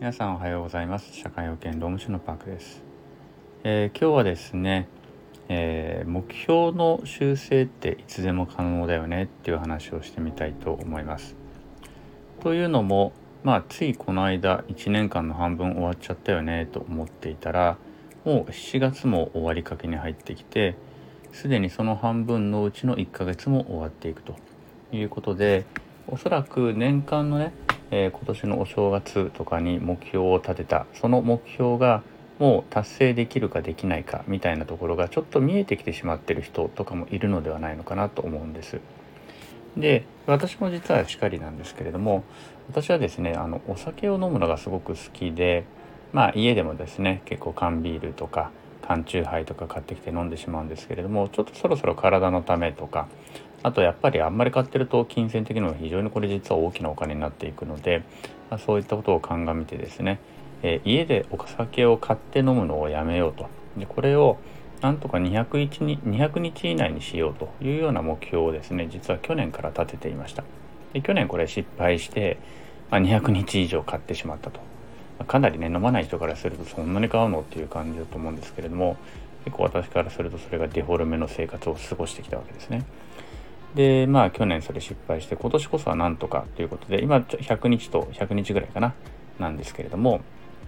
皆さんおはようございます。社会保険労務士のパークです。今日はですね、目標の修正っていつでも可能だよねっていう話をしてみたいと思います。というのも、ついこの間1年間の半分終わっちゃったよねと思っていたら、もう7月も終わりかけに入ってきて、すでにその半分のうちの1ヶ月も終わっていくということで、おそらく年間のね、今年のお正月とかに目標を立てたその目標がもう達成できるかできないかみたいなところがちょっと見えてきてしまっている人とかもいるのではないのかなと思うんです。で、私も実はしかりなんですけれども、私はですねお酒を飲むのがすごく好きで、家でもですね結構缶ビールとか缶チューハイとか買ってきて飲んでしまうんですけれども、ちょっとそろそろ体のためとか、あとやっぱりあんまり買ってると金銭的にも非常にこれ実は大きなお金になっていくので、そういったことを鑑みてですね、家でお酒を買って飲むのをやめようと。でこれをなんとか200日以内にしようというような目標をですね、実は去年から立てていました。で去年これ失敗して、200日以上買ってしまったと。かなりね、飲まない人からするとそんなに買うのっていう感じだと思うんですけれども、結構私からするとそれがデフォルメの生活を過ごしてきたわけですね。で去年それ失敗して、今年こそはなんとかということで、今100日と100日ぐらいかななんですけれども、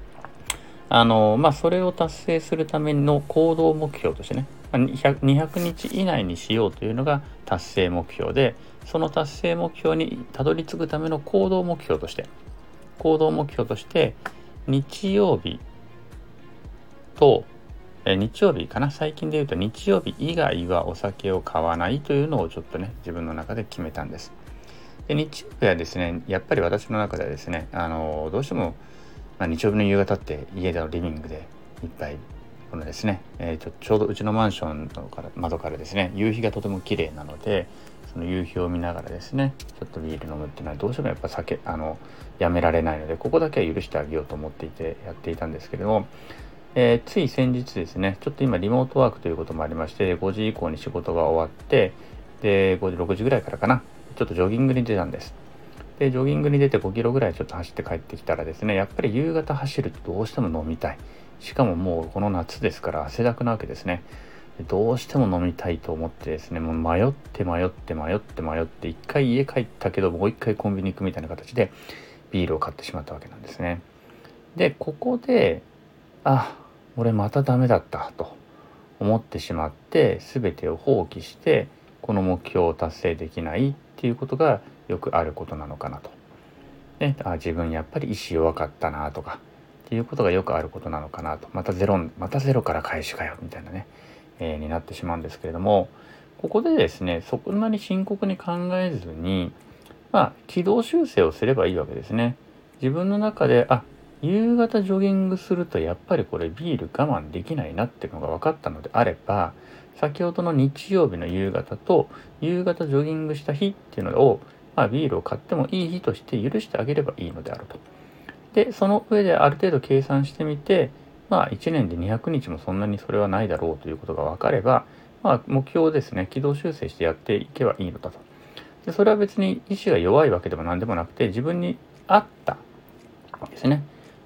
それを達成するための行動目標としてね、200日以内にしようというのが達成目標で、その達成目標にたどり着くための行動目標として日曜日と日曜日かな、最近で言うと日曜日以外はお酒を買わないというのをちょっとね自分の中で決めたんです。で日曜日はですね、やっぱり私の中ではですね、どうしても、日曜日の夕方って家でのリビングで一杯このですね、ちょうどうちのマンションの窓からですね夕日がとても綺麗なので、その夕日を見ながらですねちょっとビール飲むっていうのはどうしてもやっぱやめられないので、ここだけは許してあげようと思っていてやっていたんですけれども、つい先日ですね、ちょっと今リモートワークということもありまして、5時以降に仕事が終わって、で5時6時ぐらいからかな、ちょっとジョギングに出たんです。でジョギングに出て5キロぐらいちょっと走って帰ってきたらですね、やっぱり夕方走るとどうしても飲みたい。しかももうこの夏ですから汗だくなわけですね。どうしても飲みたいと思ってですね、もう迷って一回家帰ったけどもう一回コンビニ行くみたいな形でビールを買ってしまったわけなんですね。でここで俺またダメだったと思ってしまって、全てを放棄してこの目標を達成できないっていうことがよくあることなのかなと。自分やっぱり意志弱かったなとかっていうことがよくあることなのかなと。またゼロから開始かよみたいなね、になってしまうんですけれども、ここでですねそんなに深刻に考えずに、軌道修正をすればいいわけですね。自分の中で夕方ジョギングするとやっぱりこれビール我慢できないなっていうのが分かったのであれば、先ほどの日曜日の夕方と夕方ジョギングした日っていうのを、ビールを買ってもいい日として許してあげればいいのであると。でその上である程度計算してみて、1年で200日もそんなにそれはないだろうということが分かれば、目標をですね軌道修正してやっていけばいいのだと。でそれは別に意志が弱いわけでも何でもなくて、自分に合ったですね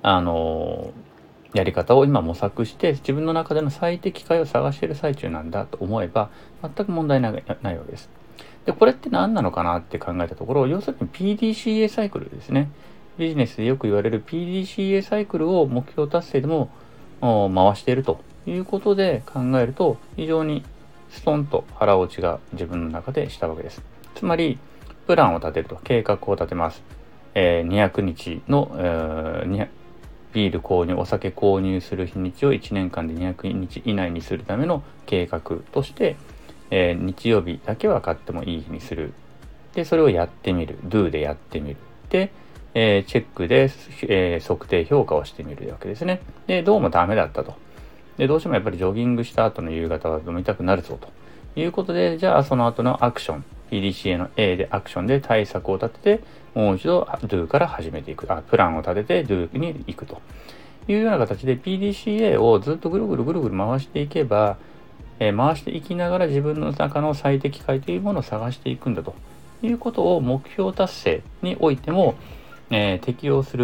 やり方を今模索して自分の中での最適解を探している最中なんだと思えば全く問題ないわけです。でこれって何なのかなって考えたところ、要するに PDCA サイクルですね。ビジネスでよく言われる PDCA サイクルを目標達成でも回しているということで考えると、非常にストンと腹落ちが自分の中でしたわけです。つまりプランを立てると、計画を立てます。200日の、ビール購入、お酒購入する日にちを1年間で200日以内にするための計画として、日曜日だけは買ってもいい日にする。でそれをやってみる、 Do でやってみる。で、チェックで、測定評価をしてみるわけですね。でどうもダメだったと。でどうしてもやっぱりジョギングした後の夕方は飲みたくなるぞということで、じゃあその後のアクション、 PDCA の A でアクションで対策を立てて、もう一度 Do から始めていく、プランを立てて Do に行くというような形で PDCA をずっとぐるぐる回していけば、回していきながら自分の中の最適解というものを探していくんだということを目標達成においても、適用する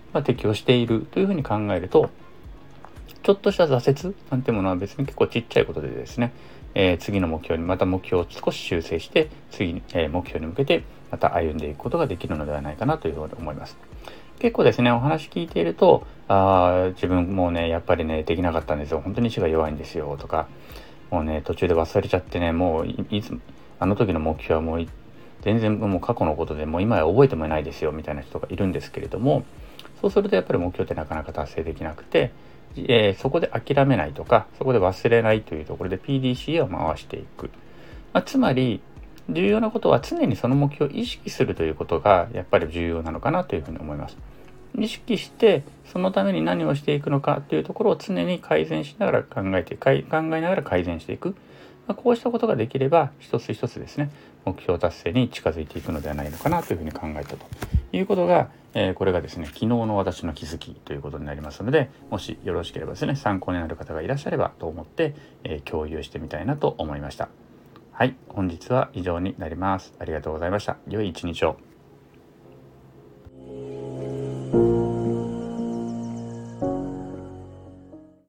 適応しているというふうに考えると、ちょっとした挫折なんてものは別に結構ちっちゃいことでですね、次の目標にまた目標を少し修正して次に、目標に向けてまた歩んでいくことができるのではないかなというふうに思います。結構ですね、お話聞いていると、自分もうね、やっぱりね、できなかったんですよ。本当に意志が弱いんですよとか、もうね、途中で忘れちゃってね、もういつ、あの時の目標はもう全然もう過去のことでもう今や覚えてもいないですよみたいな人がいるんですけれども、そうするとやっぱり目標ってなかなか達成できなくて、そこで諦めないとか、そこで忘れないというところで PDCA を回していく。つまり、重要なことは常にその目標を意識するということがやっぱり重要なのかなというふうに思います。意識してそのために何をしていくのかというところを常に改善しながら考えながら改善していく、こうしたことができれば一つ一つですね、目標達成に近づいていくのではないのかなというふうに考えたということが、これがですね、昨日の私の気づきということになりますので、もしよろしければですね、参考になる方がいらっしゃればと思って、共有してみたいなと思いました。はい、本日は以上になります。ありがとうございました。良い一日を。